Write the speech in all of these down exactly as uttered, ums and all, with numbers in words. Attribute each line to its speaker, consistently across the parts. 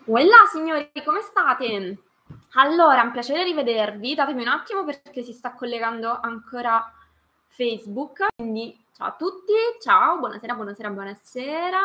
Speaker 1: Voilà signori, come state? Allora, è un piacere rivedervi, datemi un attimo perché si sta collegando ancora Facebook, quindi ciao a tutti, ciao, buonasera, buonasera, buonasera.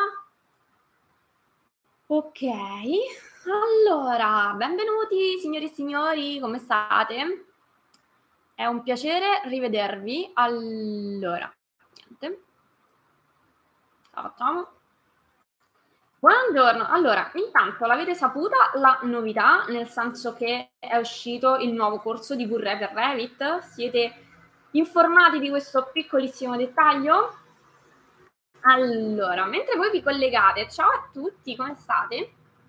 Speaker 1: Ok, allora, benvenuti signori e signori, come state? È un piacere rivedervi. Allora, niente, la facciamo. Buongiorno, allora, intanto l'avete saputa la novità, nel senso che è uscito il nuovo corso di V-Re per Revit? Siete informati di questo piccolissimo dettaglio? Allora, mentre voi vi collegate, ciao a tutti, come state?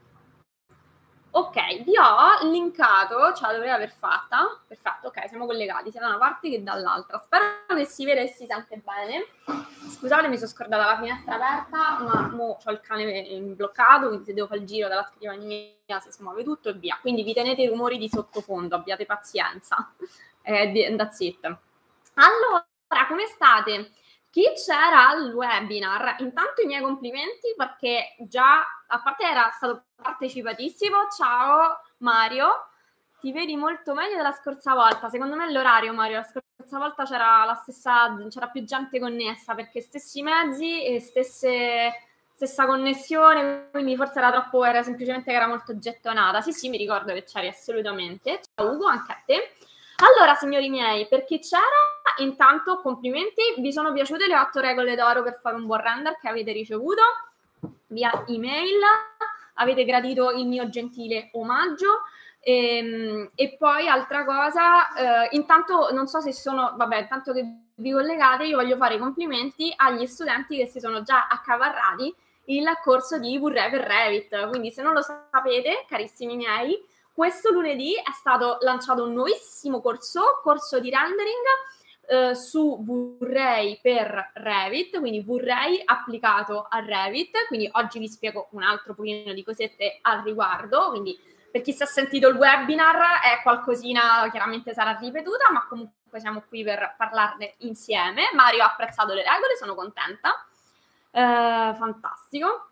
Speaker 1: Ok, vi ho linkato, ce la dovrei aver fatta, perfetto, ok, siamo collegati sia da una parte che dall'altra, spero che si veda e si sente bene. Scusate, mi sono scordata la finestra aperta, ma mo c'ho il cane bloccato, quindi se devo fare il giro dalla scrivania si smuove tutto e via, quindi vi tenete i rumori di sottofondo, abbiate pazienza, eh, that's it. Allora, come state? Chi c'era al webinar? Intanto i miei complimenti perché già, a parte era stato partecipatissimo, ciao Mario, ti vedi molto meglio della scorsa volta, secondo me è l'orario Mario, la scorsa volta c'era la stessa, c'era più gente connessa perché stessi mezzi e stesse, stessa connessione, quindi forse era troppo, era semplicemente che era molto gettonata, sì sì mi ricordo che c'eri assolutamente, ciao Ugo anche a te. Allora, signori miei, per chi c'era, intanto complimenti, vi sono piaciute le otto regole d'oro per fare un buon render che avete ricevuto via email, avete gradito il mio gentile omaggio e, e poi altra cosa, eh, intanto non so se sono, vabbè, intanto che vi collegate, io voglio fare i complimenti agli studenti che si sono già accavarrati il corso di V-Re per Revit, quindi se non lo sapete, carissimi miei, questo lunedì è stato lanciato un nuovissimo corso, corso di rendering eh, su V-Ray per Revit, quindi V-Ray applicato a Revit, quindi oggi vi spiego un altro pochino di cosette al riguardo, quindi per chi si è sentito il webinar è qualcosina, chiaramente sarà ripetuta, ma comunque siamo qui per parlarne insieme. Mario ha apprezzato le regole, sono contenta. Eh, fantastico.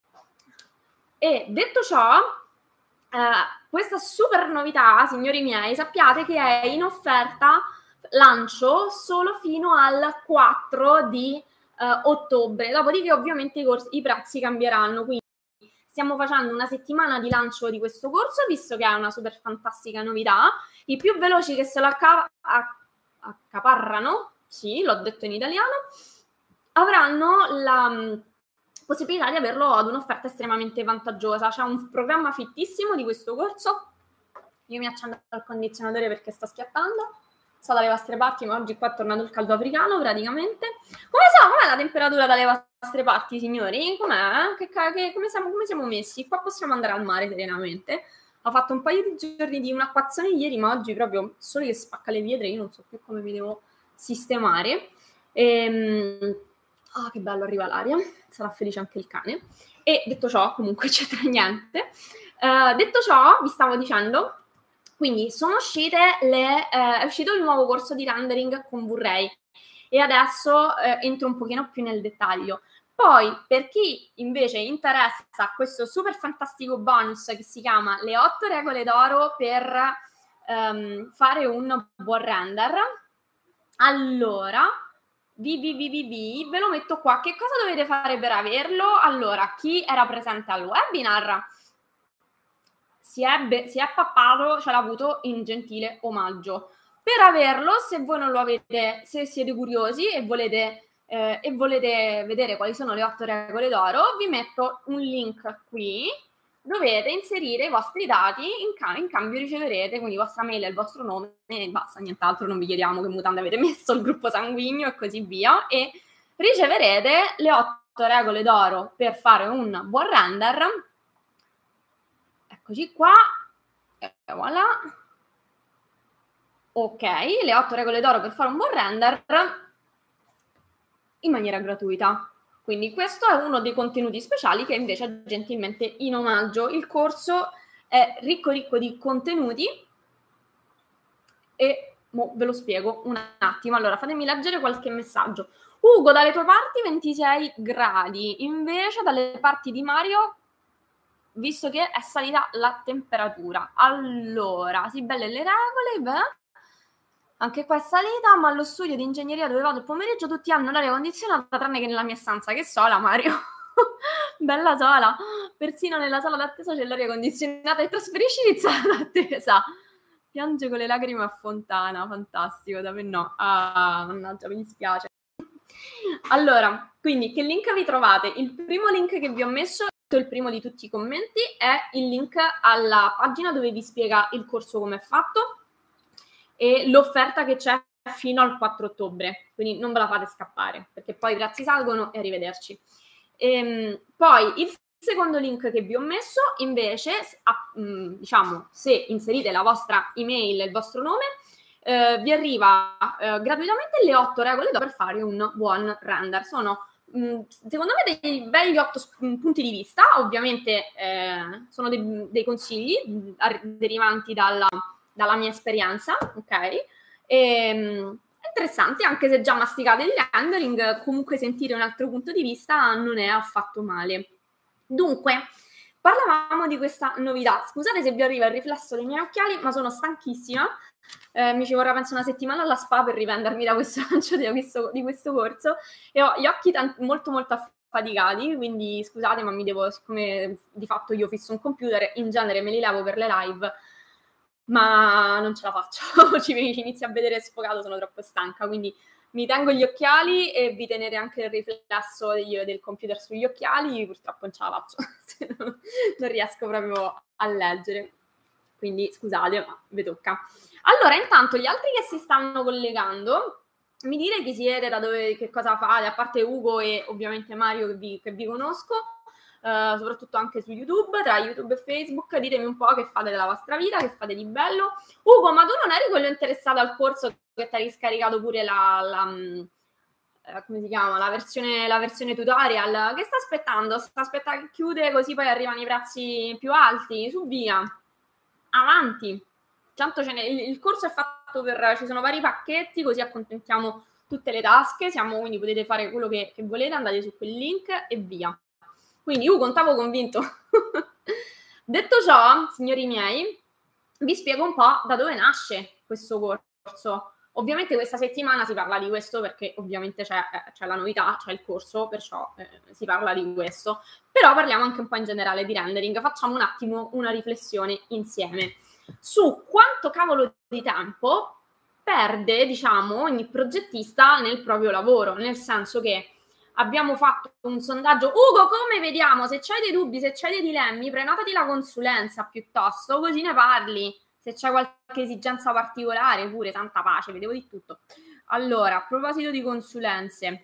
Speaker 1: E detto ciò, eh, questa super novità, signori miei, sappiate che è in offerta lancio solo fino al quattro di eh, ottobre, dopodiché ovviamente i, corsi, i prezzi cambieranno, quindi stiamo facendo una settimana di lancio di questo corso, visto che è una super fantastica novità. I più veloci che se lo acca- accaparrano, sì, l'ho detto in italiano, avranno la mh, possibilità di averlo ad un'offerta estremamente vantaggiosa. C'è un programma fittissimo di questo corso. Io mi accendo al condizionatore perché sta schiattando. So dalle vostre parti, ma oggi qua è tornato il caldo africano praticamente. Come so? Com'è la temperatura dalle vostre parti, signori? Com'è? Che, che, come, siamo, come siamo messi? Qua possiamo andare al mare serenamente. Ho fatto un paio di giorni di un acquazzone ieri, ma oggi proprio solo che spacca le pietre, io non so più come mi devo sistemare. Ehm, ah, che bello, arriva l'aria, sarà felice anche il cane. E detto ciò, comunque c'è tra niente. Uh, detto ciò, vi stavo dicendo, quindi sono uscite le, eh, è uscito il nuovo corso di rendering con V-Ray e adesso eh, entro un pochino più nel dettaglio. Poi, per chi invece interessa questo super fantastico bonus che si chiama le otto regole d'oro per um, fare un buon render, allora vi, vi, vi, vi, vi, ve lo metto qua. Che cosa dovete fare per averlo? Allora, chi era presente al webinar si è, si è pappato, ce l'ha avuto in gentile omaggio. Per averlo, se voi non lo avete, se siete curiosi e volete, eh, e volete vedere quali sono le otto regole d'oro, vi metto un link qui. Dovete inserire i vostri dati, in, ca- in cambio riceverete, quindi la vostra mail e il vostro nome, e basta, nient'altro, non vi chiediamo che mutande avete messo, il gruppo sanguigno e così via, e riceverete le otto regole d'oro per fare un buon render. Eccoci qua, e voilà. Ok, le otto regole d'oro per fare un buon render in maniera gratuita. Quindi questo è uno dei contenuti speciali che invece è gentilmente in omaggio. Il corso è ricco ricco di contenuti e mo ve lo spiego un attimo. Allora, fatemi leggere qualche messaggio. Ugo, dalle tue parti ventisei gradi, invece dalle parti di Mario visto che è salita la temperatura. Allora, sì, belle le regole, beh. Anche qua è salita, ma allo studio di ingegneria dove vado il pomeriggio tutti hanno l'aria condizionata, tranne che nella mia stanza, che sola, Mario. Bella sola. Persino nella sala d'attesa c'è l'aria condizionata e trasferisci in sala d'attesa. Piange con le lacrime a fontana, fantastico, da me no. Ah, mannaggia, mi dispiace. Allora, quindi che link vi trovate? Il primo link che vi ho messo, il primo di tutti i commenti, è il link alla pagina dove vi spiega il corso come è fatto e l'offerta che c'è fino al quattro ottobre, quindi non ve la fate scappare, perché poi i prezzi salgono e arrivederci. Ehm, poi il secondo link che vi ho messo, invece, a, mh, diciamo, se inserite la vostra email e il vostro nome, eh, vi arriva eh, gratuitamente le otto regole per fare un buon render. Sono mh, secondo me dei belli otto punti di vista, ovviamente eh, sono dei, dei consigli mh, derivanti dalla dalla mia esperienza, ok? E, è interessante, anche se già masticate di rendering, comunque sentire un altro punto di vista non è affatto male. Dunque, parlavamo di questa novità. Scusate se vi arriva il riflesso dei miei occhiali, ma sono stanchissima. Eh, mi ci vorrà penso una settimana alla spa per riprendermi da questo lancio di questo, di questo corso e ho gli occhi tanti, molto molto affaticati, quindi scusate, ma mi devo, siccome di fatto io fisso un computer, in genere me li levo per le live, ma non ce la faccio, ci, ci inizio a vedere sfocato, sono troppo stanca, quindi mi tengo gli occhiali e vi tenere anche il riflesso del, del computer sugli occhiali, purtroppo non ce la faccio, non, non riesco proprio a leggere, quindi scusate, ma vi tocca. Allora, intanto gli altri che si stanno collegando, mi dite chi siete, da dove, che cosa fate, a parte Ugo e ovviamente Mario che vi, che vi conosco, Uh, soprattutto anche su YouTube, tra YouTube e Facebook, ditemi un po' che fate della vostra vita, che fate di bello. Ugo, ma tu non eri quello interessato al corso che ti hai scaricato pure la, la uh, come si chiama, la versione, la versione tutorial? Che sta aspettando? Sta aspettando che chiude così poi arrivano i prezzi più alti? Su via, avanti. Tanto ce n'è, il, il corso è fatto per, ci sono vari pacchetti, così accontentiamo tutte le tasche, siamo, quindi potete fare quello che, che volete, andate su quel link e via. Quindi io contavo convinto. Detto ciò, signori miei, vi spiego un po' da dove nasce questo corso. Ovviamente questa settimana si parla di questo perché ovviamente c'è, eh, c'è la novità, c'è il corso, perciò eh, si parla di questo. Però parliamo anche un po' in generale di rendering. Facciamo un attimo una riflessione insieme su quanto cavolo di tempo perde, diciamo, ogni progettista nel proprio lavoro, nel senso che abbiamo fatto un sondaggio. Ugo, come vediamo? Se c'hai dei dubbi, se c'hai dei dilemmi, prenotati la consulenza piuttosto, così ne parli. Se c'è qualche esigenza particolare, pure, tanta pace, vedevo di tutto. Allora, a proposito di consulenze.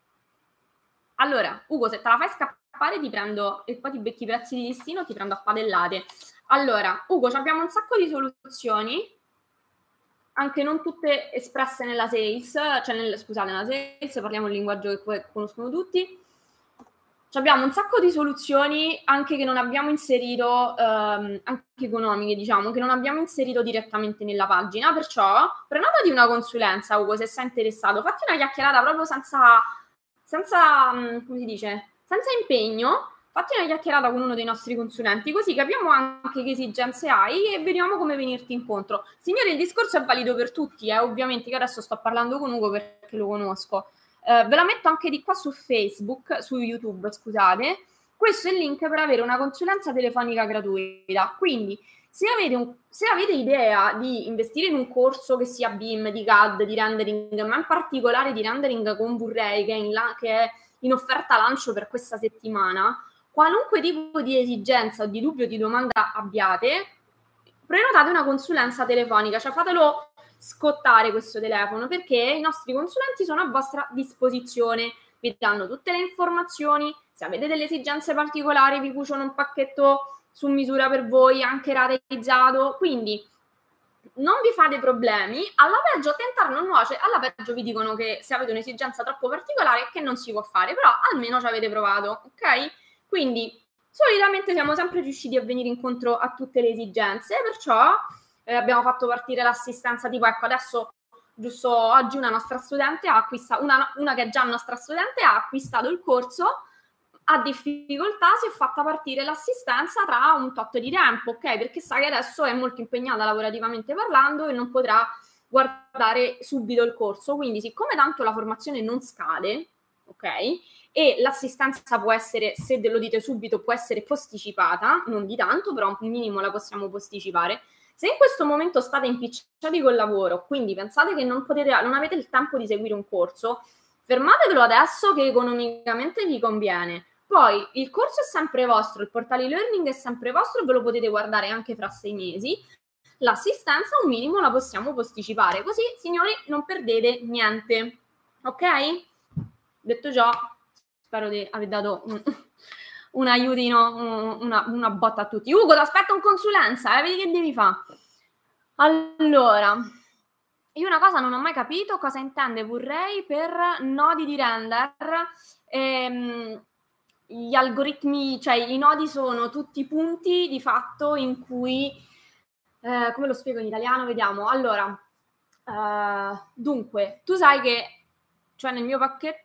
Speaker 1: Allora, Ugo, se te la fai scappare ti prendo, e poi ti becchi i prezzi di listino, ti prendo a padellate. Allora, Ugo, abbiamo un sacco di soluzioni, anche non tutte espresse nella sales, cioè nel, scusate, nella sales parliamo un linguaggio che conoscono tutti. Abbiamo un sacco di soluzioni anche che non abbiamo inserito, ehm, anche economiche, diciamo, che non abbiamo inserito direttamente nella pagina, perciò prenotati una consulenza, Ugo, se sei interessato, fatti una chiacchierata proprio senza, senza, come si dice, senza impegno, fatti una chiacchierata con uno dei nostri consulenti, così capiamo anche che esigenze hai e vediamo come venirti incontro. Signori, il discorso è valido per tutti, eh, ovviamente, che adesso sto parlando con Ugo perché lo conosco. Uh, ve la metto anche di qua su Facebook, su YouTube, scusate. Questo è il link per avere una consulenza telefonica gratuita. Quindi, se avete, un, se avete idea di investire in un corso che sia B I M, di C A D, di rendering, ma in particolare di rendering con V-Ray, che è in, la, che è in offerta lancio per questa settimana, qualunque tipo di esigenza o di dubbio o di domanda abbiate, prenotate una consulenza telefonica, cioè fatelo scottare questo telefono, perché i nostri consulenti sono a vostra disposizione, vi danno tutte le informazioni, se avete delle esigenze particolari vi cuciono un pacchetto su misura per voi, anche rateizzato, quindi non vi fate problemi, alla peggio tentare non nuoce, alla peggio vi dicono che se avete un'esigenza troppo particolare che non si può fare, però almeno ci avete provato, ok? Quindi solitamente siamo sempre riusciti a venire incontro a tutte le esigenze, perciò eh, abbiamo fatto partire l'assistenza, tipo ecco adesso giusto oggi una nostra studente ha acquistato, una, una che è già nostra studente ha acquistato il corso, ha difficoltà se è fatta partire l'assistenza tra un tot di tempo, ok? Perché sa che adesso è molto impegnata lavorativamente parlando e non potrà guardare subito il corso. Quindi, siccome tanto la formazione non scade, ok? E l'assistenza può essere, se lo dite subito, può essere posticipata, non di tanto, però un minimo la possiamo posticipare. Se in questo momento state impicciati col lavoro, quindi pensate che non potete, non avete il tempo di seguire un corso, fermatevelo adesso che economicamente vi conviene. Poi il corso è sempre vostro, il portale learning è sempre vostro, ve lo potete guardare anche fra sei mesi. L'assistenza un minimo la possiamo posticipare, così signori non perdete niente, ok? Detto ciò, spero di aver dato un, un aiutino, un, una, una botta a tutti. Ugo, ti aspetto in consulenza, eh? Vedi che devi fare. Allora, io una cosa non ho mai capito cosa intende vorrei per nodi di render. Ehm, gli algoritmi, cioè i nodi sono tutti punti di fatto in cui, eh, come lo spiego in italiano? Vediamo. Allora, uh, dunque, tu sai che, cioè nel mio pacchetto,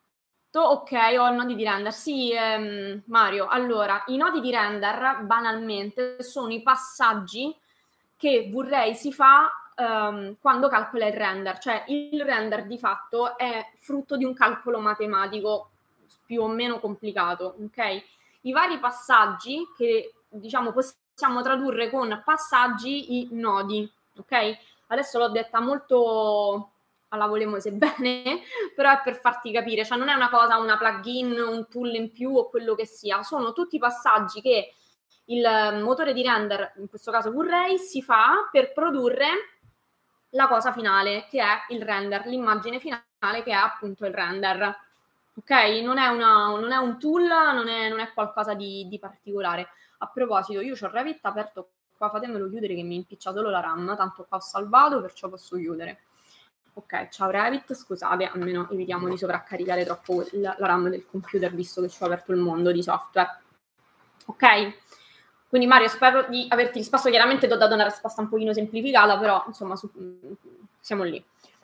Speaker 1: ok, ho nodi di render. Sì, ehm, Mario, allora, i nodi di render, banalmente, sono i passaggi che vorrei si fa um, quando calcola il render. Cioè, il render, di fatto, è frutto di un calcolo matematico più o meno complicato, ok? I vari passaggi che, diciamo, possiamo tradurre con passaggi i nodi, ok? Adesso l'ho detta molto alla volemose bene, però è per farti capire, cioè non è una cosa, una plugin, un tool in più o quello che sia, sono tutti passaggi che il motore di render, in questo caso Vray, si fa per produrre la cosa finale, che è il render, l'immagine finale che è appunto il render. Ok? Non è, una, non è un tool, non è, non è qualcosa di, di particolare. A proposito, io ho Revit aperto qua, fatemelo chiudere che mi impiccia solo la RAM, tanto qua ho salvato, perciò posso chiudere. Ok, ciao Revit, scusate, almeno evitiamo di sovraccaricare troppo la, la RAM del computer, visto che ci ho aperto il mondo di software. Ok? Quindi Mario, spero di averti risposto. Chiaramente ti ho dato una risposta un pochino semplificata, però insomma su, siamo lì.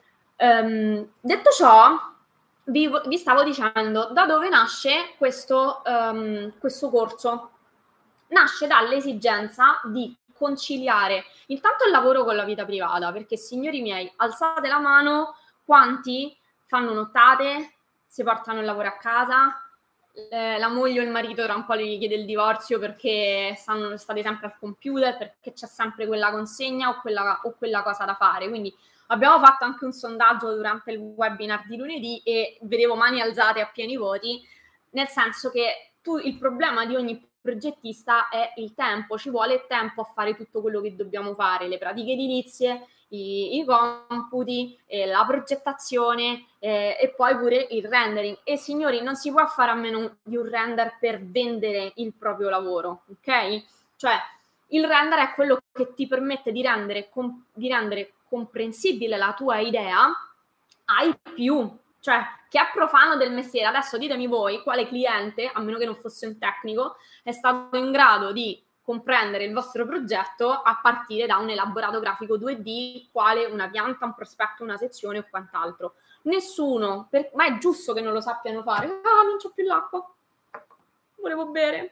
Speaker 1: Um, detto ciò, vi, vi stavo dicendo da dove nasce questo, um, questo corso. Nasce dall'esigenza di conciliare intanto il lavoro con la vita privata, perché signori miei, alzate la mano quanti fanno nottate, si portano il lavoro a casa, eh, la moglie o il marito tra un po' gli chiede il divorzio perché stanno, state sempre al computer, perché c'è sempre quella consegna o quella, o quella cosa da fare. Quindi abbiamo fatto anche un sondaggio durante il webinar di lunedì e vedevo mani alzate a pieni voti, nel senso che tu, il problema di ogni progettista è il tempo, ci vuole tempo a fare tutto quello che dobbiamo fare, le pratiche edilizie, i, i computi, eh, la progettazione eh, e poi pure il rendering. E signori, non si può fare a meno di un render per vendere il proprio lavoro, ok? Cioè, il render è quello che ti permette di rendere, com- di rendere comprensibile la tua idea ai più. Cioè, chi è profano del mestiere, adesso ditemi voi quale cliente, a meno che non fosse un tecnico, è stato in grado di comprendere il vostro progetto a partire da un elaborato grafico due D, quale una pianta, un prospetto, una sezione o quant'altro. Nessuno, per... ma è giusto che non lo sappiano fare. Ah, non c'ho più l'acqua, volevo bere.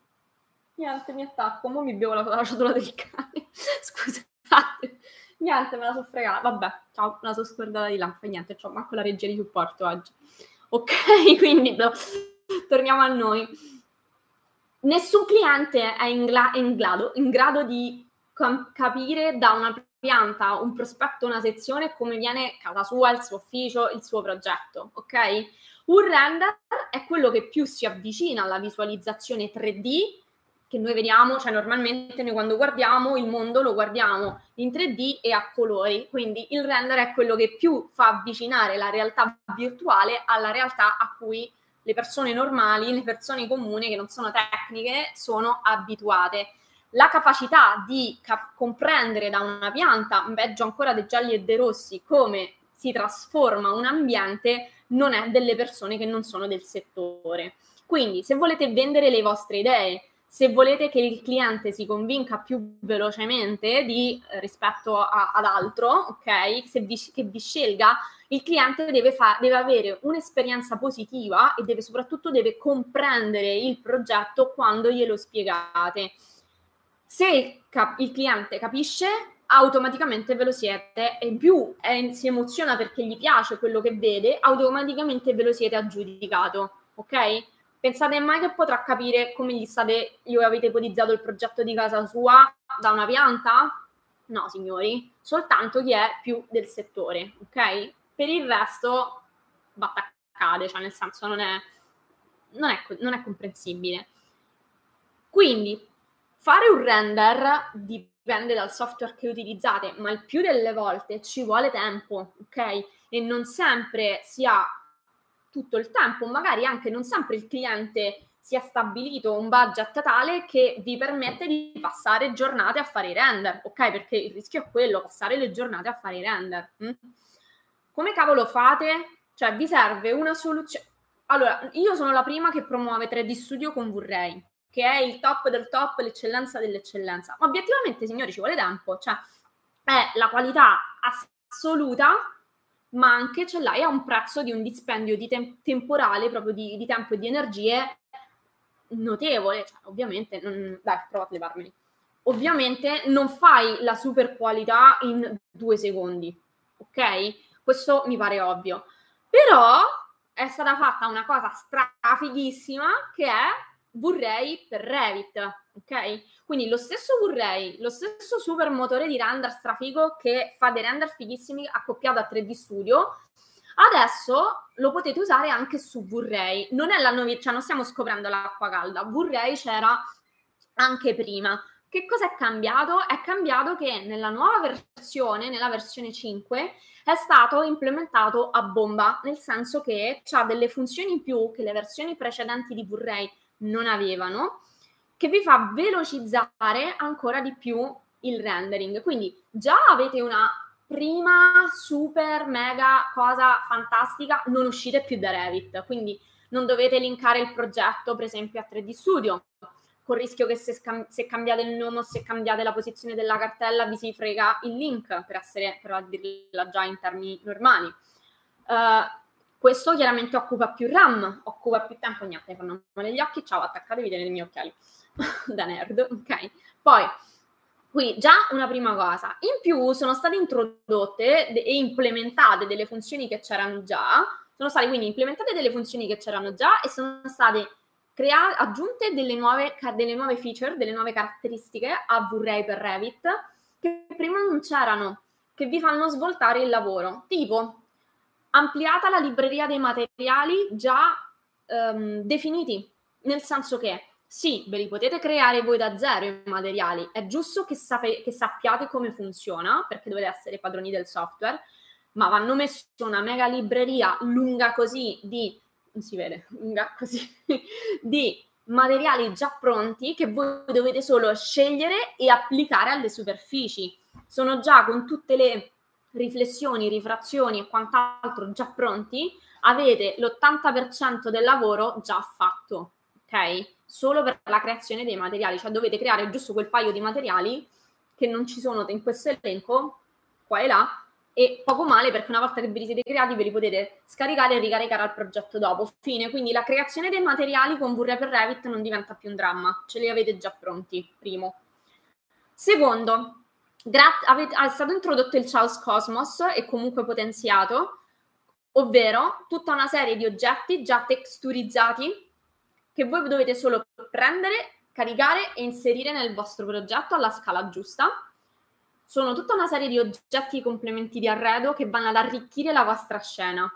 Speaker 1: Niente, mi attacco, mo mi bevo la, la ciotola del cane. Scusate. Niente, me la so fregata. Vabbè, ciao, me la so scordata di là. E niente, c'ho manco la regia di supporto oggi. Ok, quindi no, torniamo a noi. Nessun cliente è in, gla- in, grado, in grado di com- capire da una pianta, un prospetto, una sezione, come viene casa sua, il suo ufficio, il suo progetto, ok? Un render è quello che più si avvicina alla visualizzazione tre D che noi vediamo, cioè normalmente noi quando guardiamo il mondo lo guardiamo in tre D e a colori, quindi il render è quello che più fa avvicinare la realtà virtuale alla realtà a cui le persone normali, le persone comuni che non sono tecniche, sono abituate. La capacità di cap- comprendere da una pianta, peggio ancora dei gialli e dei rossi, come si trasforma un ambiente, non è delle persone che non sono del settore. Quindi, se volete vendere le vostre idee, Se volete che il cliente si convinca più velocemente di, eh, rispetto a, ad altro, ok? Se vi, che vi scelga, il cliente deve, fa, deve avere un'esperienza positiva e deve soprattutto deve comprendere il progetto quando glielo spiegate. Se cap- il cliente capisce, automaticamente ve lo siete, e in più eh, si emoziona perché gli piace quello che vede, automaticamente ve lo siete aggiudicato, ok? Pensate mai che potrà capire come gli state, gli avete ipotizzato il progetto di casa sua da una pianta? No, signori, soltanto chi è più del settore, ok? Per il resto va attaccate, cioè nel senso non è, non è, non è comprensibile. Quindi fare un render dipende dal software che utilizzate, ma il più delle volte ci vuole tempo, ok? E non sempre si ha tutto il tempo, magari anche non sempre il cliente si è stabilito un budget tale che vi permette di passare giornate a fare i render, ok? Perché il rischio è quello, passare le giornate a fare i render. Hm? Come cavolo fate? Cioè, vi serve una soluzione. Allora, io sono la prima che promuove tre D Studio con Vray, che è il top del top, l'eccellenza dell'eccellenza. Ma obiettivamente, signori, ci vuole tempo. Cioè, è la qualità assoluta, ma anche ce l'hai a un prezzo di un dispendio di tem- temporale, proprio di, di tempo e di energie notevole. Cioè, ovviamente, non... dai, prova a levarmeli. Ovviamente non fai la super qualità in due secondi, ok? Questo mi pare ovvio. Però è stata fatta una cosa strafighissima che è Vray per Revit, ok? Quindi lo stesso Vray, lo stesso super motore di render strafigo che fa dei render fighissimi accoppiato a tre D Studio, adesso lo potete usare anche su Vray. Non è la novità, cioè non stiamo scoprendo l'acqua calda. Vray c'era anche prima. Che cosa è cambiato? È cambiato che nella nuova versione, nella versione cinque, è stato implementato a bomba, nel senso che ha delle funzioni in più che le versioni precedenti di Vray non avevano, che vi fa velocizzare ancora di più il rendering. Quindi già avete una prima super mega cosa fantastica, non uscite più da Revit, quindi non dovete linkare il progetto per esempio a tre D Studio, col rischio che se, scam- se cambiate il nome o se cambiate la posizione della cartella vi si frega il link, per essere, per dirla già in termini normali. Uh, questo chiaramente occupa più RAM, occupa più tempo, niente, fanno male gli occhi, ciao, attaccatevi nei miei occhiali da nerd, ok? Poi, qui già una prima cosa, in più sono state introdotte e implementate delle funzioni che c'erano già, sono state quindi implementate delle funzioni che c'erano già e sono state crea- aggiunte delle nuove, delle nuove feature, delle nuove caratteristiche a Vray per Revit che prima non c'erano, che vi fanno svoltare il lavoro, tipo ampliata la libreria dei materiali già um, definiti, nel senso che sì, ve li potete creare voi da zero i materiali, è giusto che, sape- che sappiate come funziona, perché dovete essere padroni del software, ma vanno messo una mega libreria lunga così di, non si vede, lunga così, di materiali già pronti che voi dovete solo scegliere e applicare alle superfici. Sono già con tutte le riflessioni, rifrazioni e quant'altro già pronti, avete l'ottanta per cento del lavoro già fatto, ok? Solo per la creazione dei materiali, cioè dovete creare giusto quel paio di materiali che non ci sono in questo elenco, qua e là, e poco male perché una volta che ve li siete creati ve li potete scaricare e ricaricare al progetto dopo. Fine, quindi la creazione dei materiali con Vray per Revit non diventa più un dramma, ce li avete già pronti, primo. Secondo, gra- avete, è stato introdotto il Chaos Cosmos e comunque potenziato, ovvero tutta una serie di oggetti già texturizzati che voi dovete solo prendere, caricare e inserire nel vostro progetto alla scala giusta. Sono tutta una serie di oggetti complementi di arredo che vanno ad arricchire la vostra scena.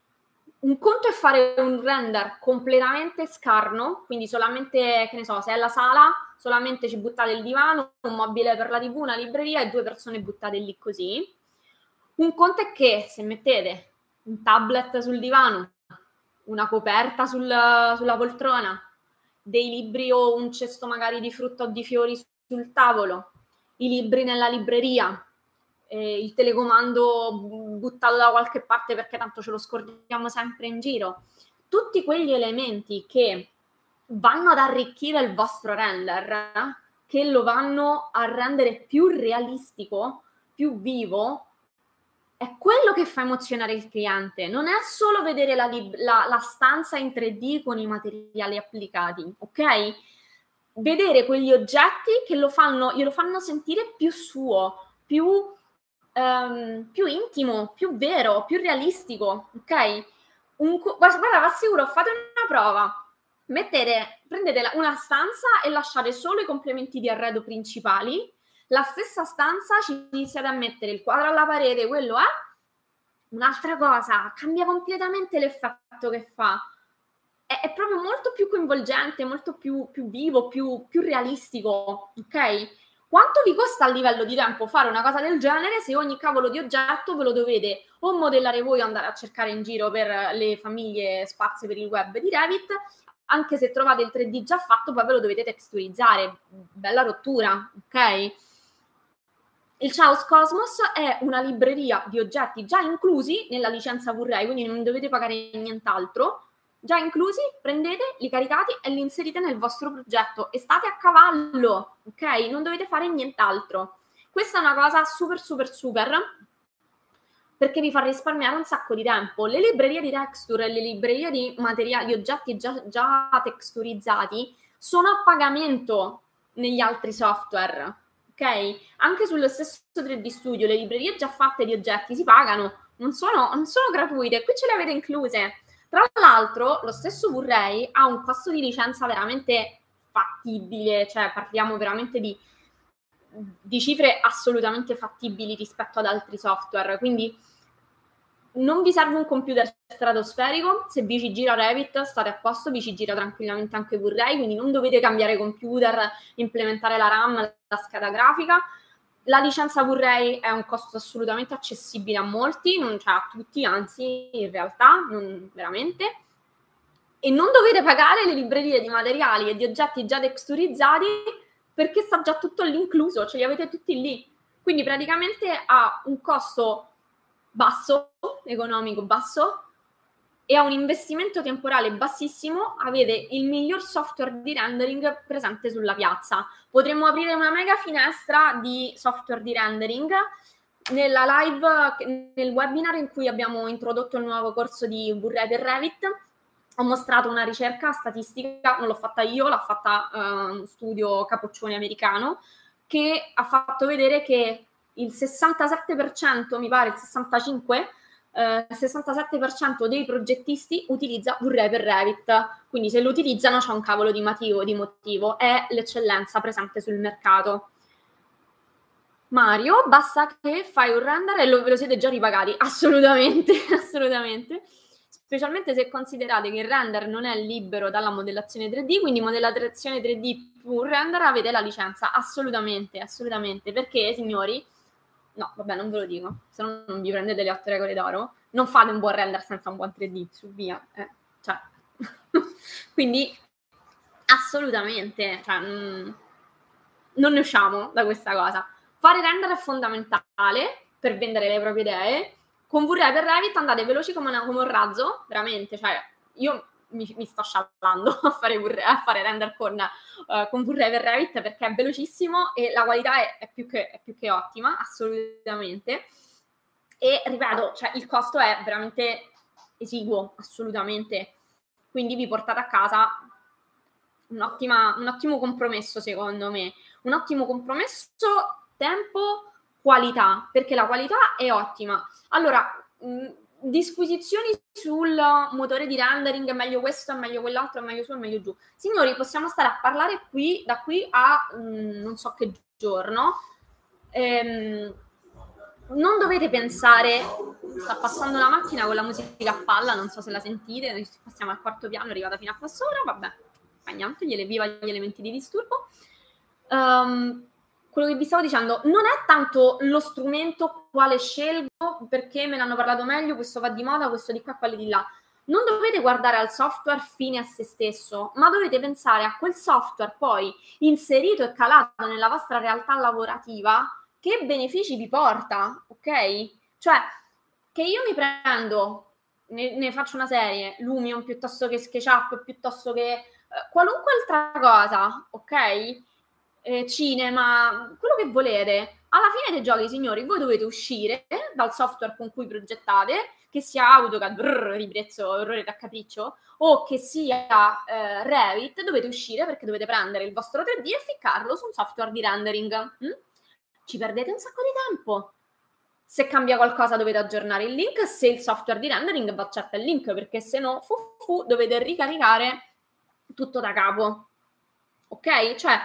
Speaker 1: Un conto è fare un render completamente scarno, quindi solamente, che ne so, se è la sala, solamente ci buttate il divano, un mobile per la tivù, una libreria e due persone buttate lì così. Un conto è che se mettete un tablet sul divano, una coperta sul, sulla poltrona, dei libri o un cesto magari di frutta o di fiori sul tavolo, i libri nella libreria, eh, il telecomando buttato da qualche parte perché tanto ce lo scordiamo sempre in giro. Tutti quegli elementi che vanno ad arricchire il vostro render, che lo vanno a rendere più realistico, più vivo, è quello che fa emozionare il cliente. Non è solo vedere la, la, la stanza in tre D con i materiali applicati, ok? Vedere quegli oggetti che lo fanno, glielo fanno sentire più suo, più, um, più intimo, più vero, più realistico, ok? Un, guarda, vi assicuro, fate una prova. Mettete, prendete una stanza e lasciate solo i complementi di arredo principali. La stessa stanza ci iniziate a mettere il quadro alla parete, quello è un'altra cosa, cambia completamente l'effetto che fa. È, è proprio molto più coinvolgente, molto più, più vivo, più, più realistico, ok? Quanto vi costa a livello di tempo fare una cosa del genere se ogni cavolo di oggetto ve lo dovete o modellare voi o andare a cercare in giro per le famiglie sparse per il web di Revit, anche se trovate il tre D già fatto, poi ve lo dovete texturizzare. Bella rottura, ok? Il Chaos Cosmos è una libreria di oggetti già inclusi nella licenza V-Ray, quindi non dovete pagare nient'altro. Già inclusi, prendete, li caricate e li inserite nel vostro progetto e state a cavallo, ok? Non dovete fare nient'altro. Questa è una cosa super super super perché vi fa risparmiare un sacco di tempo. Le librerie di texture e le librerie di materiali, di oggetti già, già texturizzati sono a pagamento negli altri software, ok? Anche sullo stesso tre D Studio le librerie già fatte di oggetti si pagano, non sono, non sono gratuite, qui ce le avete incluse. Tra l'altro, lo stesso V-Ray ha un costo di licenza veramente fattibile, cioè parliamo veramente di, di cifre assolutamente fattibili rispetto ad altri software, quindi non vi serve un computer stratosferico, se vi ci gira Revit state a posto, vi ci gira tranquillamente anche V-Ray, quindi non dovete cambiare computer, implementare la RAM, la scheda grafica. La licenza V-Ray è un costo assolutamente accessibile a molti, non cioè a tutti, anzi in realtà, non veramente. E non dovete pagare le librerie di materiali e di oggetti già texturizzati perché sta già tutto lì incluso, ce li avete tutti lì. Quindi praticamente ha un costo basso, economico basso, e a un investimento temporale bassissimo avete il miglior software di rendering presente sulla piazza. Potremmo aprire una mega finestra di software di rendering nella live, nel webinar in cui abbiamo introdotto il nuovo corso di V-Ray per Revit. Ho mostrato una ricerca statistica, non l'ho fatta io, l'ha fatta uh, uno studio capoccione americano, che ha fatto vedere che il sessantasette per cento, mi pare il sessantacinque per cento, Uh, il sessantasette per cento dei progettisti utilizza V-Ray per Revit, quindi se lo utilizzano c'è un cavolo di motivo, di motivo, è l'eccellenza presente sul mercato. Mario, basta che fai un render e lo, ve lo siete già ripagati, assolutamente, assolutamente, specialmente se considerate che il render non è libero dalla modellazione tre D, quindi modellazione tre D più un render avete la licenza, assolutamente, assolutamente, perché signori, no, vabbè, non ve lo dico, se no non vi prendete le otto regole d'oro. Non fate un buon render senza un buon tre D, su via. Eh, cioè. Quindi, assolutamente, cioè, mh, non ne usciamo da questa cosa. Fare render è fondamentale per vendere le proprie idee. Con V-Ray per Revit andate veloci come, una, come un razzo, veramente, cioè, io mi, mi sto sciallando a fare, a fare render con, uh, con V-Ray per Revit perché è velocissimo e la qualità è, è, più che, è più che ottima, assolutamente. E ripeto, cioè, il costo è veramente esiguo, assolutamente. Quindi vi portate a casa un, ottima, un ottimo compromesso, secondo me. Un ottimo compromesso tempo-qualità, perché la qualità è ottima. Allora, mh, disquisizioni sul motore di rendering, è meglio questo, è meglio quell'altro, è meglio su, è meglio giù. Signori, possiamo stare a parlare qui, da qui a mh, non so che giorno. Ehm, non dovete pensare, sta passando la macchina con la musica a palla, non so se la sentite, noi passiamo al quarto piano, è arrivata fino a qua sopra, vabbè, fa niente, gliele viva gli elementi di disturbo. Um, quello che vi stavo dicendo, non è tanto lo strumento quale scelgo, perché me ne hanno parlato meglio, questo va di moda, questo di qua, quelli di là. Non dovete guardare al software fine a se stesso, ma dovete pensare a quel software poi inserito e calato nella vostra realtà lavorativa, che benefici vi porta, ok? Cioè, che io mi prendo ne, ne faccio una serie, Lumion piuttosto che SketchUp, piuttosto che eh, qualunque altra cosa, ok? Eh, cinema, quello che volete. Alla fine dei giochi, signori, voi dovete uscire dal software con cui progettate, che sia AutoCAD, brrr, ribrezzo, orrore da capriccio, o che sia eh, Revit, dovete uscire perché dovete prendere il vostro tre D e ficcarlo su un software di rendering. Mm? Ci perdete un sacco di tempo. Se cambia qualcosa dovete aggiornare il link, se il software di rendering vi accetta il link, perché se no fu, fu, dovete ricaricare tutto da capo. Ok? Cioè,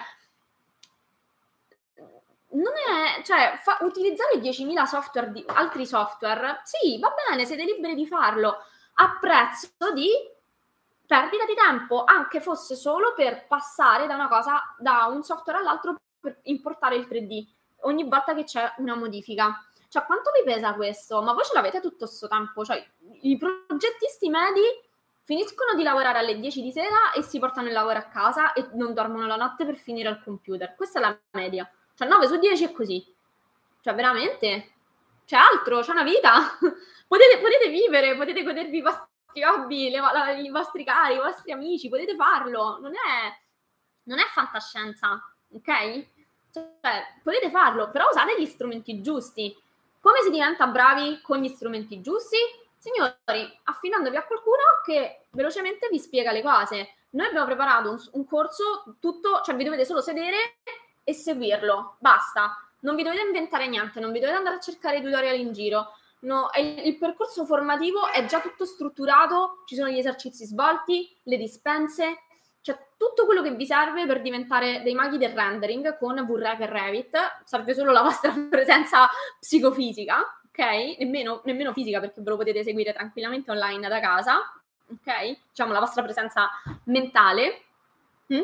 Speaker 1: non è, cioè, fa, utilizzare diecimila software di, altri software, sì, va bene, siete liberi di farlo, a prezzo di perdita di tempo, anche fosse solo per passare da una cosa, da un software all'altro per importare il tre D, ogni volta che c'è una modifica. Cioè, quanto vi pesa questo? Ma voi ce l'avete tutto sto tempo? Cioè, i progettisti medi finiscono di lavorare alle dieci di sera e si portano il lavoro a casa e non dormono la notte per finire al computer. Questa è la media. Cioè, nove su dieci è così. Cioè, veramente? C'è altro, c'è una vita. potete, potete vivere, potete godervi i vostri hobby, le, la, i vostri cari, i vostri amici, potete farlo. Non è, non è fantascienza, ok? Cioè, potete farlo, però usate gli strumenti giusti. Come si diventa bravi con gli strumenti giusti? Signori, affidandovi a qualcuno che velocemente vi spiega le cose. Noi abbiamo preparato un, un corso tutto, cioè vi dovete solo sedere e seguirlo, basta. Non vi dovete inventare niente, non vi dovete andare a cercare i tutorial in giro. No, il, il percorso formativo è già tutto strutturato, ci sono gli esercizi svolti, le dispense, cioè tutto quello che vi serve per diventare dei maghi del rendering con V-Ray e Revit. Serve solo la vostra presenza psicofisica, ok? Nemmeno, nemmeno fisica, perché ve lo potete seguire tranquillamente online da casa, ok? Diciamo la vostra presenza mentale. Mm?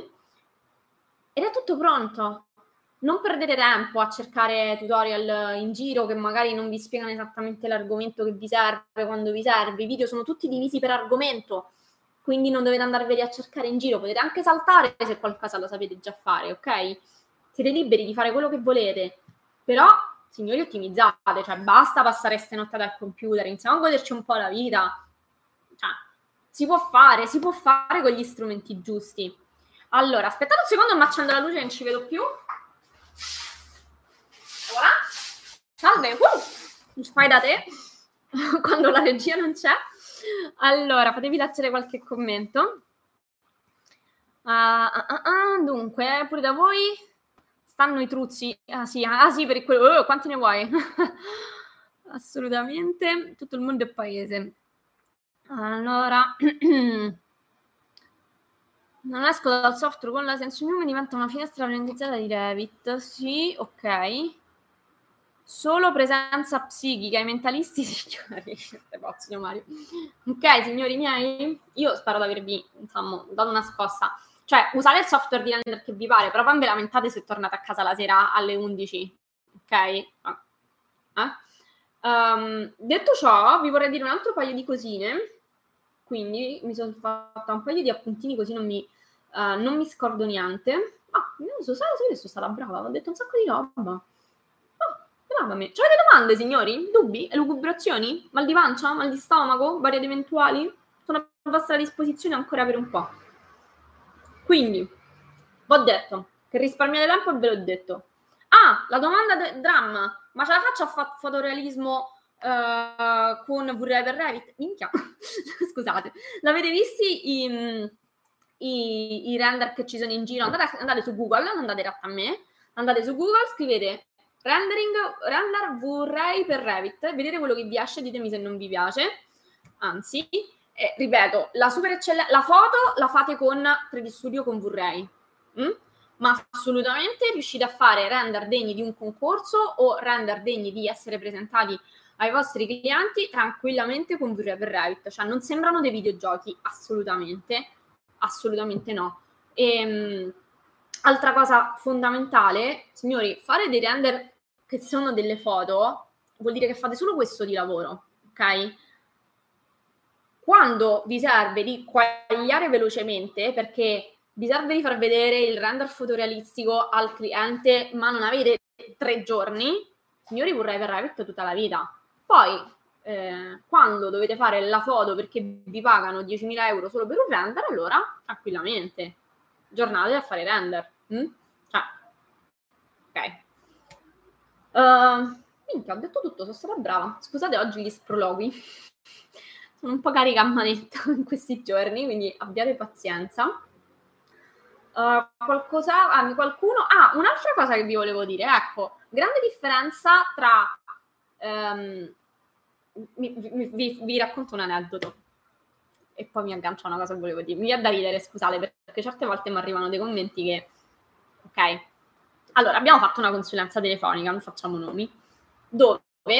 Speaker 1: Ed è tutto pronto. Non perdete tempo a cercare tutorial in giro che magari non vi spiegano esattamente l'argomento che vi serve quando vi serve. I video sono tutti divisi per argomento, quindi non dovete andarveli a cercare in giro. Potete anche saltare se qualcosa lo sapete già fare, ok? Siete liberi di fare quello che volete, però, signori, ottimizzate. Cioè, basta passare ste nottate al computer, iniziamo a goderci un po' la vita. Cioè, si può fare, si può fare con gli strumenti giusti. Allora, aspettate un secondo, mi accendo la luce, non ci vedo più. Voilà. Salve, uh, fai da te quando la regia non c'è. Allora, fatevi leggere qualche commento. Uh, uh, uh, uh, dunque, pure da voi stanno i truzzi. Ah sì, ah, sì per quello. Oh, quanti ne vuoi? Assolutamente, tutto il mondo è paese. Allora... Non esco dal software con la SensuMeme, diventa una finestra aprendizzata di Revit. Sì, ok. Solo presenza psichica, i mentalisti, signori. Pazzo, Mario. Ok, signori miei, io spero di avervi, insomma, dato una scossa. Cioè, usate il software di render che vi pare, però poi ve lamentate se tornate a casa la sera alle undici. Ok? Eh? Um, detto ciò, vi vorrei dire un altro paio di cosine. Quindi mi sono fatta un paio di appuntini così non mi, uh, non mi scordo niente. Ah, non so, sai, sai che sono stata brava, ho detto un sacco di roba. Ah, brava me. C'avete domande, signori? Dubbi? Elucubrazioni? Mal di pancia? Mal di stomaco? Varie ed eventuali? Sono a vostra disposizione ancora per un po'. Quindi, ho detto che risparmiate tempo e ve l'ho detto. Ah, la domanda del dramma. Ma ce la faccio a fare fotorealismo Uh, con V-Ray per Revit? Minchia, scusate, l'avete visti i, i, i render che ci sono in giro? Andate, andate su Google, non andate diretto a me, andate su Google, scrivete rendering, render V-Ray per Revit, vedete quello che vi esce, ditemi se non vi piace. Anzi, eh, ripeto, la super eccellenza, la foto la fate con tre D Studio con V-Ray, mm? Ma assolutamente riuscite a fare render degni di un concorso o render degni di essere presentati ai vostri clienti tranquillamente con V-Ray per Revit. Cioè non sembrano dei videogiochi, assolutamente, assolutamente no. E, altra cosa fondamentale, signori, fare dei render che sono delle foto vuol dire che fate solo questo di lavoro, ok? Quando vi serve di quagliare velocemente, perché vi serve di far vedere il render fotorealistico al cliente, ma non avete tre giorni, signori, vorrei per Revit tutta la vita. Poi, eh, quando dovete fare la foto perché vi pagano diecimila euro solo per un render, allora tranquillamente giornate a fare render. Mm? Cioè, ok. Uh, minchia, ho detto tutto, sono stata brava. Scusate oggi gli sprologhi. Sono un po' carica a manetta in questi giorni, quindi abbiate pazienza. Uh, qualcosa, ah, qualcuno... Ah, un'altra cosa che vi volevo dire, ecco, grande differenza tra... Um, mi, vi, vi, vi racconto un aneddoto e poi mi aggancio a una cosa che volevo dire. Mi viene da ridere, scusate, perché certe volte mi arrivano dei commenti che... Ok, allora, abbiamo fatto una consulenza telefonica, non facciamo nomi, dove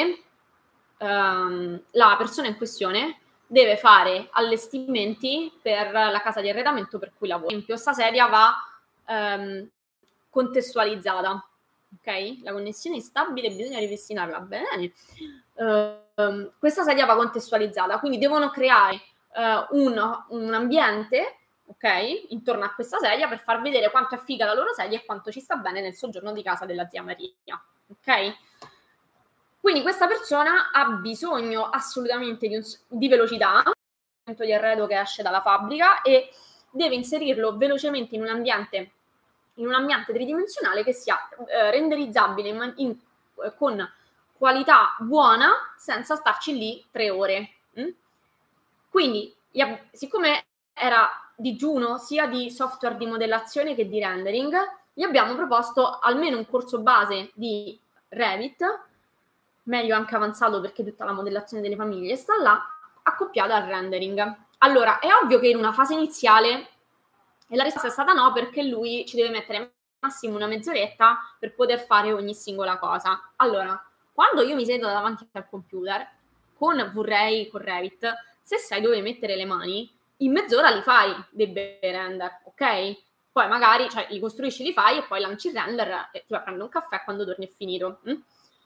Speaker 1: um, la persona in questione deve fare allestimenti per la casa di arredamento per cui lavora. Per esempio, sta sedia va um, contestualizzata, ok? La connessione è stabile, bisogna ripristinarla bene. Uh, questa sedia va contestualizzata, quindi devono creare uh, un, un ambiente, ok, intorno a questa sedia per far vedere quanto è figa la loro sedia e quanto ci sta bene nel soggiorno di casa della zia Maria, ok? Quindi questa persona ha bisogno assolutamente di, un, di velocità, di arredo che esce dalla fabbrica e deve inserirlo velocemente in un ambiente, in un ambiente tridimensionale che sia eh, renderizzabile in, in, eh, con qualità buona senza starci lì tre ore. Mm? Quindi, siccome era digiuno sia di software di modellazione che di rendering, gli abbiamo proposto almeno un corso base di Revit, meglio anche avanzato perché tutta la modellazione delle famiglie sta là, accoppiata al rendering. Allora, è ovvio che in una fase iniziale, e la risposta è stata no, perché lui ci deve mettere massimo una mezz'oretta per poter fare ogni singola cosa. Allora, quando io mi siedo davanti al computer, con V-Ray, con Revit, se sai dove mettere le mani, in mezz'ora li fai dei bei render, ok? Poi magari, cioè, li costruisci, li fai e poi lanci il render e ti vai a prendere un caffè quando torni è finito. Mm?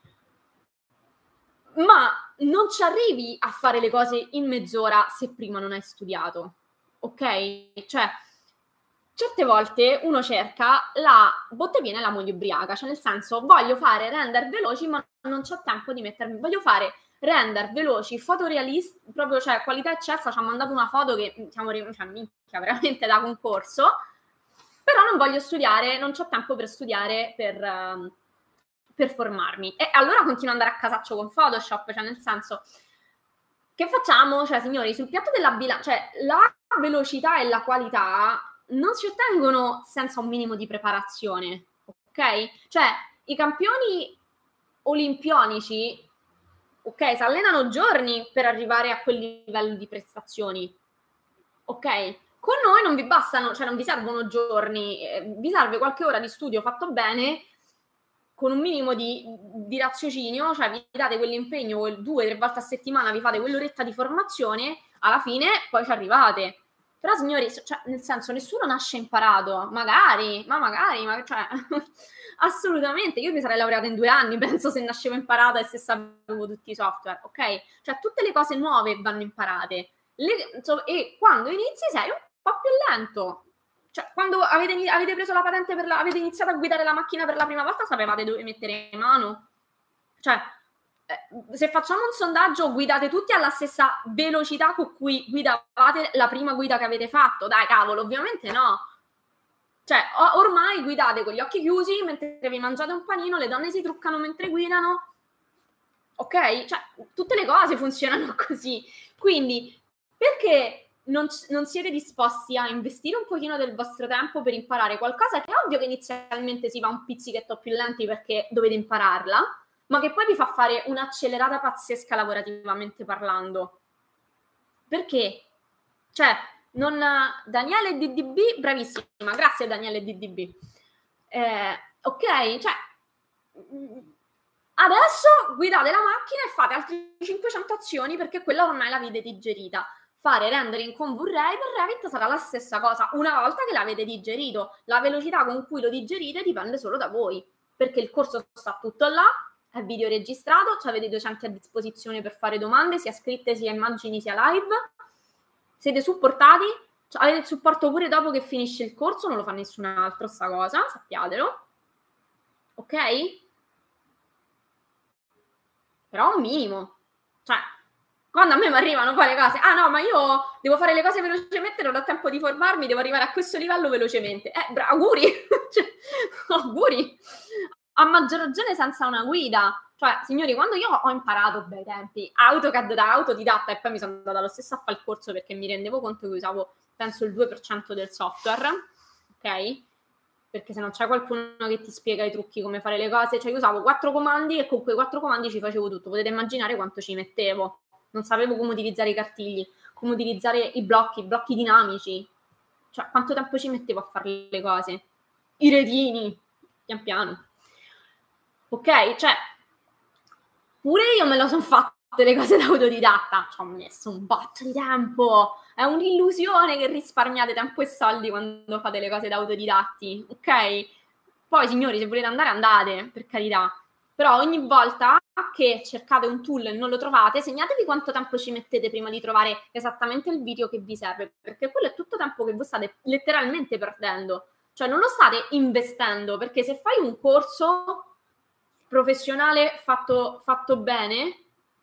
Speaker 1: Ma non ci arrivi a fare le cose in mezz'ora se prima non hai studiato, ok? Cioè, certe volte uno cerca la botte piena e la moglie ubriaca, cioè nel senso voglio fare render veloci ma non c'ho tempo di mettermi, voglio fare render veloci, fotorealisti, proprio, cioè qualità eccelsa, ci ha mandato una foto che siamo, cioè minchia, veramente da concorso, però non voglio studiare, non c'ho tempo per studiare per... Uh, per formarmi. E allora continuo ad andare a casaccio con Photoshop, cioè nel senso, che facciamo? Cioè, signori, sul piatto della bilancia, cioè la velocità e la qualità non si ottengono senza un minimo di preparazione, ok? Cioè, i campioni olimpionici, ok, si allenano giorni per arrivare a quel livello di prestazioni, ok? Con noi non vi bastano, cioè non vi servono giorni, eh, vi serve qualche ora di studio fatto bene, con un minimo di, di raziocinio, cioè vi date quell'impegno due o tre volte a settimana, vi fate quell'oretta di formazione, alla fine poi ci arrivate. Però signori, cioè, nel senso, nessuno nasce imparato, magari, ma magari, ma cioè, assolutamente, io mi sarei laureata in due anni, penso, se nascevo imparata e se sapevo tutti i software, ok? Cioè, tutte le cose nuove vanno imparate. Le, so, e quando inizi sei un po' più lento. Cioè, quando avete, avete preso la patente per la, avete iniziato a guidare la macchina per la prima volta, sapevate dove mettere mano? Cioè, eh, se facciamo un sondaggio, guidate tutti alla stessa velocità con cui guidavate la prima guida che avete fatto? Dai, cavolo, ovviamente no. Cioè, ormai guidate con gli occhi chiusi mentre vi mangiate un panino, le donne si truccano mentre guidano. Ok? Cioè, tutte le cose funzionano così. Quindi, perché non, non siete disposti a investire un pochino del vostro tempo per imparare qualcosa che è ovvio che inizialmente si va un pizzichetto più lenti perché dovete impararla, ma che poi vi fa fare un'accelerata pazzesca lavorativamente parlando? Perché? Cioè, non... Daniele D D B, bravissima, grazie Daniele D D B. Eh, ok, cioè... Adesso guidate la macchina e fate altre cinquecento azioni perché quella ormai l'avete digerita. Fare rendering con V-Ray per Revit sarà la stessa cosa una volta che l'avete digerito. La velocità con cui lo digerite dipende solo da voi, perché il corso sta tutto là, è video registrato, avete i docenti a disposizione per fare domande, sia scritte, sia immagini, sia live. Siete supportati, cioè avete il supporto pure dopo che finisce il corso, non lo fa nessun altro sta cosa, sappiatelo. Ok? Però un minimo. Cioè, Quando a me mi arrivano poi le cose, ah no, ma io devo fare le cose velocemente, non ho tempo di formarmi, devo arrivare a questo livello velocemente. Eh, bra- auguri! Cioè, auguri! A maggior ragione senza una guida. Cioè, signori, quando io ho imparato bei tempi AutoCAD da autodidatta e poi mi sono andata lo stesso a fare il corso perché mi rendevo conto che usavo, penso, il due per cento del software, ok? Perché se non c'è qualcuno che ti spiega i trucchi, come fare le cose, cioè io usavo quattro comandi e con quei quattro comandi ci facevo tutto. Potete immaginare quanto ci mettevo. Non sapevo come utilizzare i cartigli, come utilizzare i blocchi, i blocchi dinamici. Cioè, quanto tempo ci mettevo a fare le cose? I retini, pian piano. Ok? Cioè, pure io me lo sono fatte le cose da autodidatta. Ci ho messo un botto di tempo. È un'illusione che risparmiate tempo e soldi quando fate le cose da autodidatti, ok? Poi, signori, se volete andare, andate, per carità. Però ogni volta che cercate un tool e non lo trovate, segnatevi quanto tempo ci mettete prima di trovare esattamente il video che vi serve, perché quello è tutto tempo che voi state letteralmente perdendo. Cioè non lo state investendo, perché se fai un corso professionale fatto, fatto bene,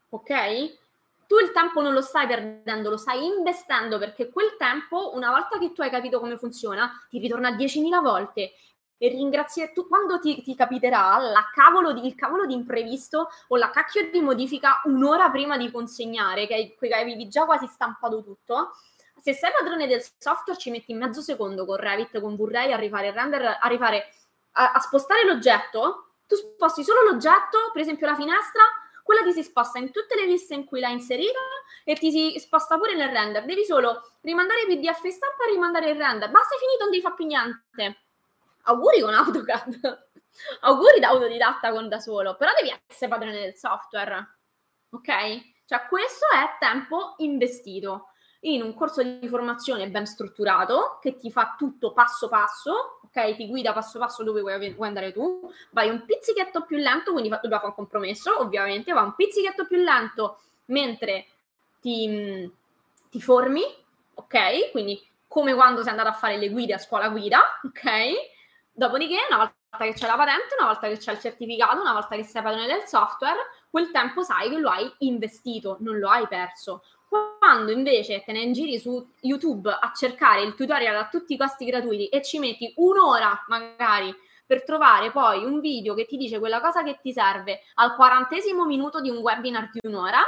Speaker 1: ok? Tu il tempo non lo stai perdendo, lo stai investendo, perché quel tempo, una volta che tu hai capito come funziona, ti ritorna diecimila volte. E ringraziare tu quando ti, ti capiterà la cavolo di, il cavolo di imprevisto o la cacchio di modifica un'ora prima di consegnare, che, che avevi già quasi stampato tutto. Se sei padrone del software, ci metti mezzo secondo con Revit, con V-Ray, arrivare, render, arrivare a, a spostare l'oggetto. Tu sposti solo l'oggetto, per esempio la finestra, quella ti si sposta in tutte le viste in cui l'hai inserita e ti si sposta pure nel render. Devi solo rimandare il P D F stampa e rimandare il render. Basta, è finito, non devi fare più niente. Auguri con AutoCAD. Auguri da autodidatta con da solo. Però devi essere padrone del software. Ok? Cioè questo è tempo investito in un corso di formazione ben strutturato che ti fa tutto passo passo, ok? Ti guida passo passo dove vuoi, vuoi andare tu, vai un pizzichetto più lento, quindi dobbiamo fare un compromesso, ovviamente, va un pizzichetto più lento mentre ti, ti formi, ok? Quindi come quando sei andato a fare le guide a scuola guida, ok? Dopodiché, una volta che c'è la patente, una volta che c'è il certificato, una volta che sei padrone del software, quel tempo sai che lo hai investito, non lo hai perso. Quando invece te ne giri su YouTube a cercare il tutorial a tutti i costi gratuiti e ci metti un'ora magari per trovare poi un video che ti dice quella cosa che ti serve al quarantesimo minuto di un webinar di un'ora,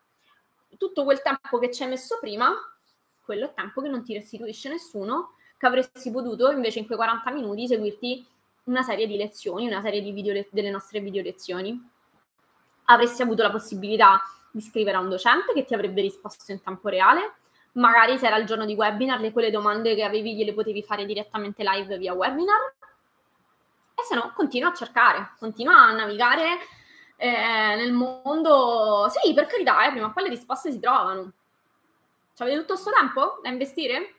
Speaker 1: tutto quel tempo che ci hai messo prima, quello è tempo che non ti restituisce nessuno, che avresti potuto invece in quei quaranta minuti seguirti una serie di lezioni, una serie di video le- delle nostre video lezioni. Avresti avuto la possibilità di scrivere a un docente che ti avrebbe risposto in tempo reale, magari se era il giorno di webinar, le quelle domande che avevi gliele potevi fare direttamente live via webinar, e se no continua a cercare, continua a navigare eh, nel mondo. Sì, per carità, eh, prima o poi le risposte si trovano. Ci avete tutto questo tempo da investire?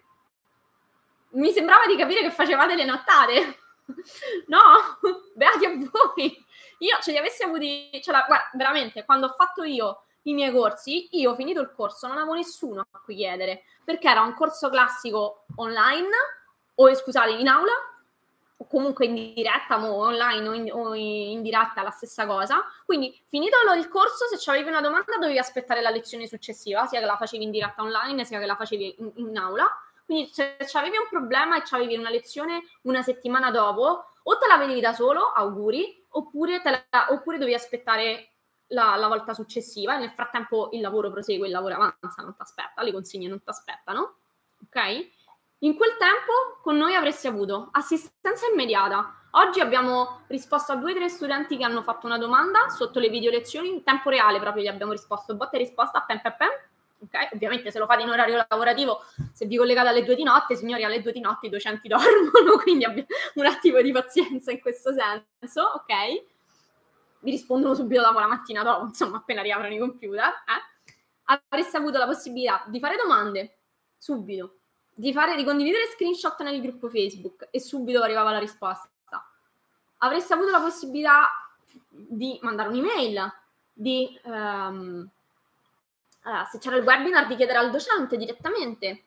Speaker 1: Mi sembrava di capire che facevate le nottate. No, beati a voi. Io ce li avessi avuti, ce la, guarda, veramente, quando ho fatto io i miei corsi, io ho finito il corso, non avevo nessuno a cui chiedere, perché era un corso classico online, o scusate, in aula, o comunque in diretta, o online o in, o in diretta, la stessa cosa. Quindi, finito il corso, se avevi una domanda dovevi aspettare la lezione successiva, sia che la facevi in diretta online, sia che la facevi in, in aula. Quindi se avevi un problema e avevi una lezione una settimana dopo, o te la vedevi da solo, auguri, oppure, te la, oppure dovevi aspettare la, la volta successiva e nel frattempo il lavoro prosegue, il lavoro avanza, non ti aspetta, le consegne non ti aspettano, ok? In quel tempo con noi avresti avuto assistenza immediata. Oggi abbiamo risposto a due o tre studenti che hanno fatto una domanda sotto le video lezioni, in tempo reale proprio gli abbiamo risposto, botta e risposta, pem pem pem. Okay? Ovviamente se lo fate in orario lavorativo, se vi collegate alle due di notte, signori, alle due di notte i docenti dormono, quindi abbiamo un attimo di pazienza in questo senso, ok? Vi rispondono subito dopo, la mattina dopo, insomma, appena riaprono i computer. Eh? Avreste avuto la possibilità di fare domande subito, di, fare, di condividere screenshot nel gruppo Facebook e subito arrivava la risposta. Avreste avuto la possibilità di mandare un'email, di... Um, Uh, se c'era il webinar, di chiedere al docente direttamente.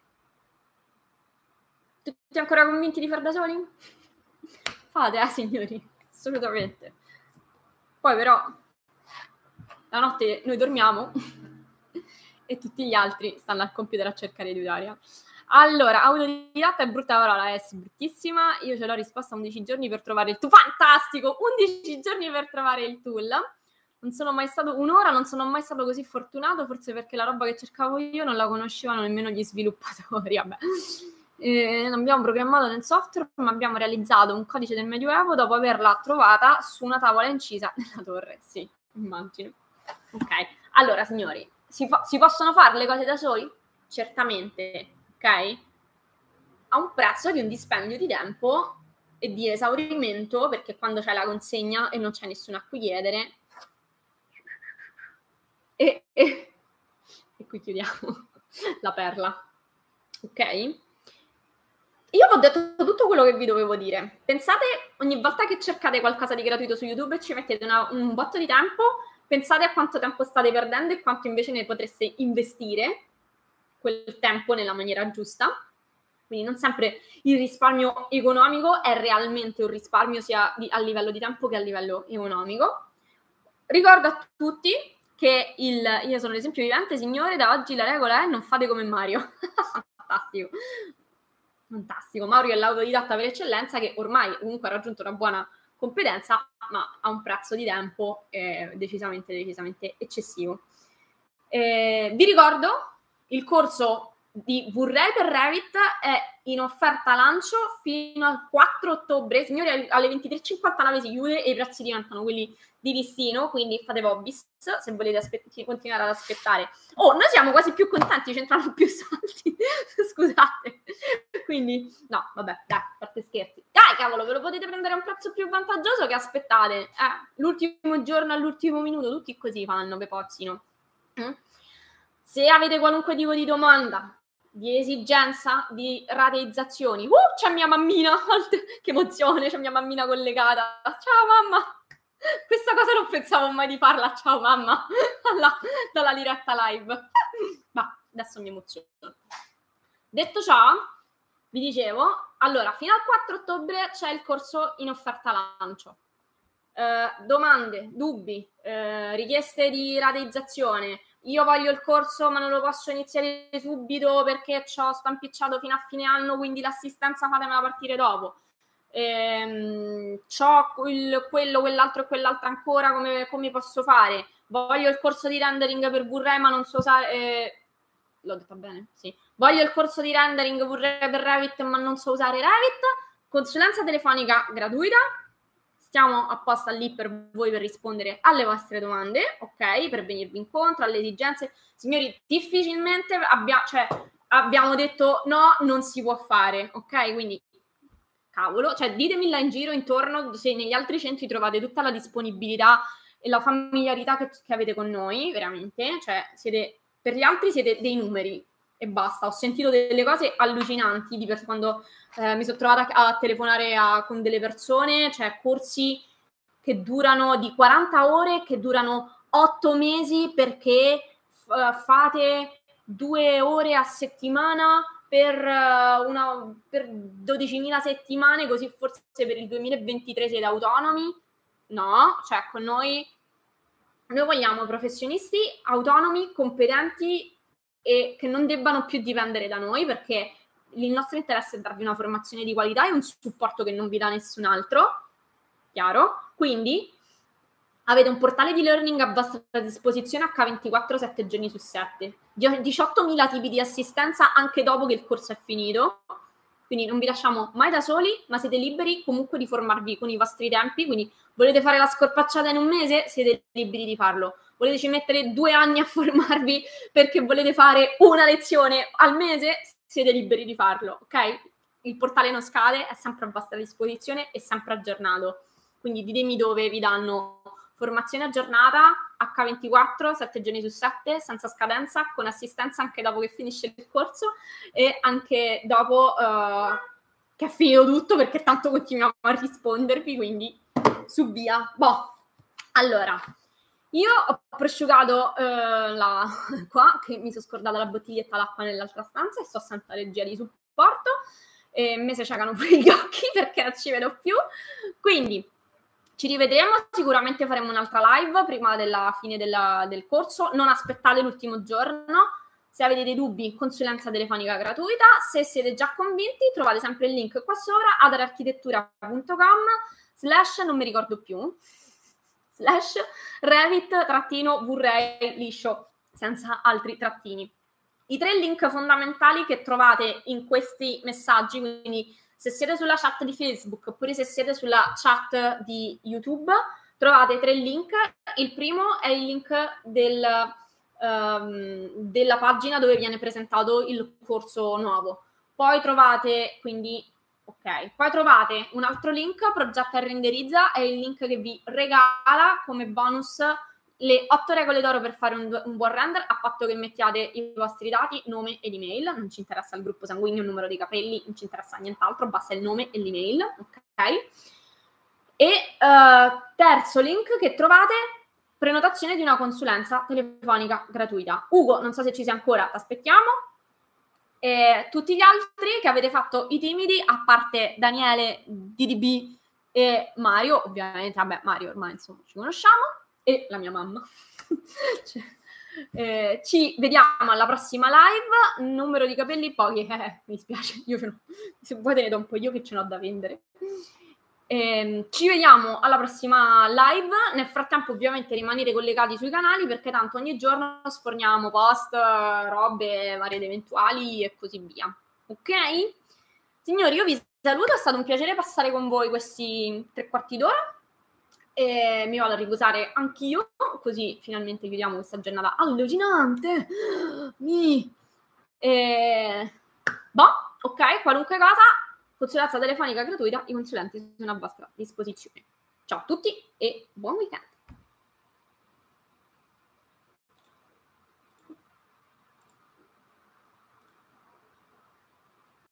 Speaker 1: Tutti ancora convinti di far da soli? Fate, eh signori, assolutamente. Poi però la notte noi dormiamo e tutti gli altri stanno al computer a cercare di Ilaria. Allora, autodidatta è brutta parola, è bruttissima. Io ce l'ho risposta undici giorni per trovare il tool. Fantastico! undici giorni per trovare il tool. Non sono mai stato un'ora, non sono mai stato così fortunato, forse perché la roba che cercavo io non la conoscevano nemmeno gli sviluppatori. Vabbè. Eh, non abbiamo programmato nel software, ma abbiamo realizzato un codice del Medioevo dopo averla trovata su una tavola incisa nella torre. Sì, immagino. Ok, allora signori, si, po- si possono fare le cose da soli? Certamente. Ok? A un prezzo di un dispendio di tempo e di esaurimento, perché quando c'è la consegna e non c'è nessuno a cui chiedere, e, e, e qui chiudiamo la perla. Ok? Io vi ho detto tutto quello che vi dovevo dire. Pensate, ogni volta che cercate qualcosa di gratuito su YouTube e ci mettete una, un botto di tempo, pensate a quanto tempo state perdendo e quanto invece ne potreste investire quel tempo nella maniera giusta. Quindi non sempre il risparmio economico è realmente un risparmio sia di, a livello di tempo che a livello economico. Ricordo a tutti che il, io sono l'esempio vivente, signore, da oggi la regola è non fate come Mario. Fantastico. Fantastico. Mario è l'autodidatta per eccellenza che ormai comunque ha raggiunto una buona competenza, ma a un prezzo di tempo eh, decisamente, decisamente eccessivo. Eh, vi ricordo il corso di Vorrei per Revit è in offerta lancio fino al quattro ottobre. Signori, alle ventitré e cinquantanove si chiude e i prezzi diventano quelli di listino, quindi fate Bobbis se volete aspe- continuare ad aspettare. Oh, noi siamo quasi più contenti, c'entrano più soldi. Scusate. Quindi, no, vabbè, dai, a parte scherzi. Dai, cavolo, ve lo potete prendere a un prezzo più vantaggioso che aspettate. Eh, l'ultimo giorno all'ultimo minuto, tutti così fanno, pepozzino. Mm? Se avete qualunque tipo di domanda, di esigenza, di rateizzazioni, uh, c'è mia mammina, che emozione, c'è mia mammina collegata. Ciao mamma! Questa cosa non pensavo mai di farla, ciao mamma, dalla, dalla diretta live. Ma adesso mi emoziono. Detto ciò, vi dicevo, allora, fino al quattro ottobre c'è il corso in offerta lancio. Eh, domande, dubbi, eh, richieste di rateizzazione. Io voglio il corso ma non lo posso iniziare subito perché c'ho sto impicciato fino a fine anno, quindi l'assistenza fatemela partire dopo. Ehm, c'ho il, quello, quell'altro e quell'altro ancora, come, come posso fare? Voglio il corso di rendering per Vorrei ma non so usare... Eh, l'ho detta bene? Sì. Voglio il corso di rendering Vorrei per Revit ma non so usare Revit. Consulenza telefonica gratuita. Stiamo apposta lì per voi per rispondere alle vostre domande, ok? Per venirvi incontro alle esigenze. Signori, difficilmente abbia, cioè, abbiamo detto no, non si può fare, ok? Quindi, cavolo, cioè ditemi là in giro intorno se negli altri centri trovate tutta la disponibilità e la familiarità che, che avete con noi, veramente. Cioè, siete, per gli altri siete dei numeri e basta. Ho sentito delle cose allucinanti di per quando eh, mi sono trovata a telefonare a, con delle persone, cioè corsi che durano di quaranta ore, che durano otto mesi perché f- fate due ore a settimana per, uh, una, per dodicimila settimane, così forse per il duemilaventitré siete autonomi. No, cioè con noi noi vogliamo professionisti autonomi, competenti e che non debbano più dipendere da noi, perché il nostro interesse è darvi una formazione di qualità e un supporto che non vi dà nessun altro, chiaro? Quindi avete un portale di learning a vostra disposizione acca ventiquattro, sette giorni su sette, diciottomila tipi di assistenza anche dopo che il corso è finito, quindi non vi lasciamo mai da soli, ma siete liberi comunque di formarvi con i vostri tempi, quindi volete fare la scorpacciata in un mese? Siete liberi di farlo. Volete ci mettere due anni a formarvi perché volete fare una lezione al mese? Siete liberi di farlo, ok? Il portale non scade, è sempre a vostra disposizione e sempre aggiornato. Quindi ditemi dove vi danno formazione aggiornata acca ventiquattro, sette giorni su sette, senza scadenza, con assistenza anche dopo che finisce il corso e anche dopo uh, che è finito tutto, perché tanto continuiamo a rispondervi, quindi su via. Boh. Allora, io ho prosciugato uh, la qua, che mi sono scordata la bottiglietta d'acqua nell'altra stanza e sto senza regia di supporto e me si ciacano pure gli occhi perché non ci vedo più, quindi ci rivedremo, sicuramente faremo un'altra live prima della fine della, del corso, non aspettate l'ultimo giorno, Se avete dei dubbi, consulenza telefonica gratuita. Se siete già convinti, trovate sempre il link qua sopra, adararchitettura punto com slash, non mi ricordo più, slash Revit trattino vorrei liscio, senza altri trattini. I tre link fondamentali che trovate in questi messaggi, quindi se siete sulla chat di Facebook oppure se siete sulla chat di YouTube, trovate tre link. Il primo è il link del, um, della pagina dove viene presentato il corso nuovo. Poi trovate, quindi, ok, poi trovate un altro link, Progetta e Renderizza, è il link che vi regala come bonus le otto regole d'oro per fare un, un buon render, a patto che mettiate i vostri dati, nome ed email. Non ci interessa il gruppo sanguigno, il numero dei capelli, non ci interessa nient'altro, basta il nome e l'email, ok? E uh, terzo link che trovate, prenotazione di una consulenza telefonica gratuita. Ugo, non so se ci sei ancora, ti aspettiamo. E tutti gli altri che avete fatto i timidi, a parte Daniele, D D B e Mario, ovviamente, vabbè, Mario ormai insomma ci conosciamo, e la mia mamma. Cioè, eh, ci vediamo alla prossima live. Numero di capelli pochi, eh, mi spiace, io ce n'ho, se vuoi te ne do un po' io che ce n'ho da vendere. Eh, ci vediamo alla prossima live. Nel frattempo ovviamente rimanete collegati sui canali, perché tanto ogni giorno sforniamo post, robe varie ed eventuali e così via. Ok? Signori, io vi saluto, è stato un piacere passare con voi questi tre quarti d'ora e mi vado a riposare anch'io, così finalmente chiudiamo questa giornata allucinante. Mi... E... Boh, ok, qualunque cosa, consulenza telefonica gratuita, i consulenti sono a vostra disposizione. Ciao a tutti e buon weekend!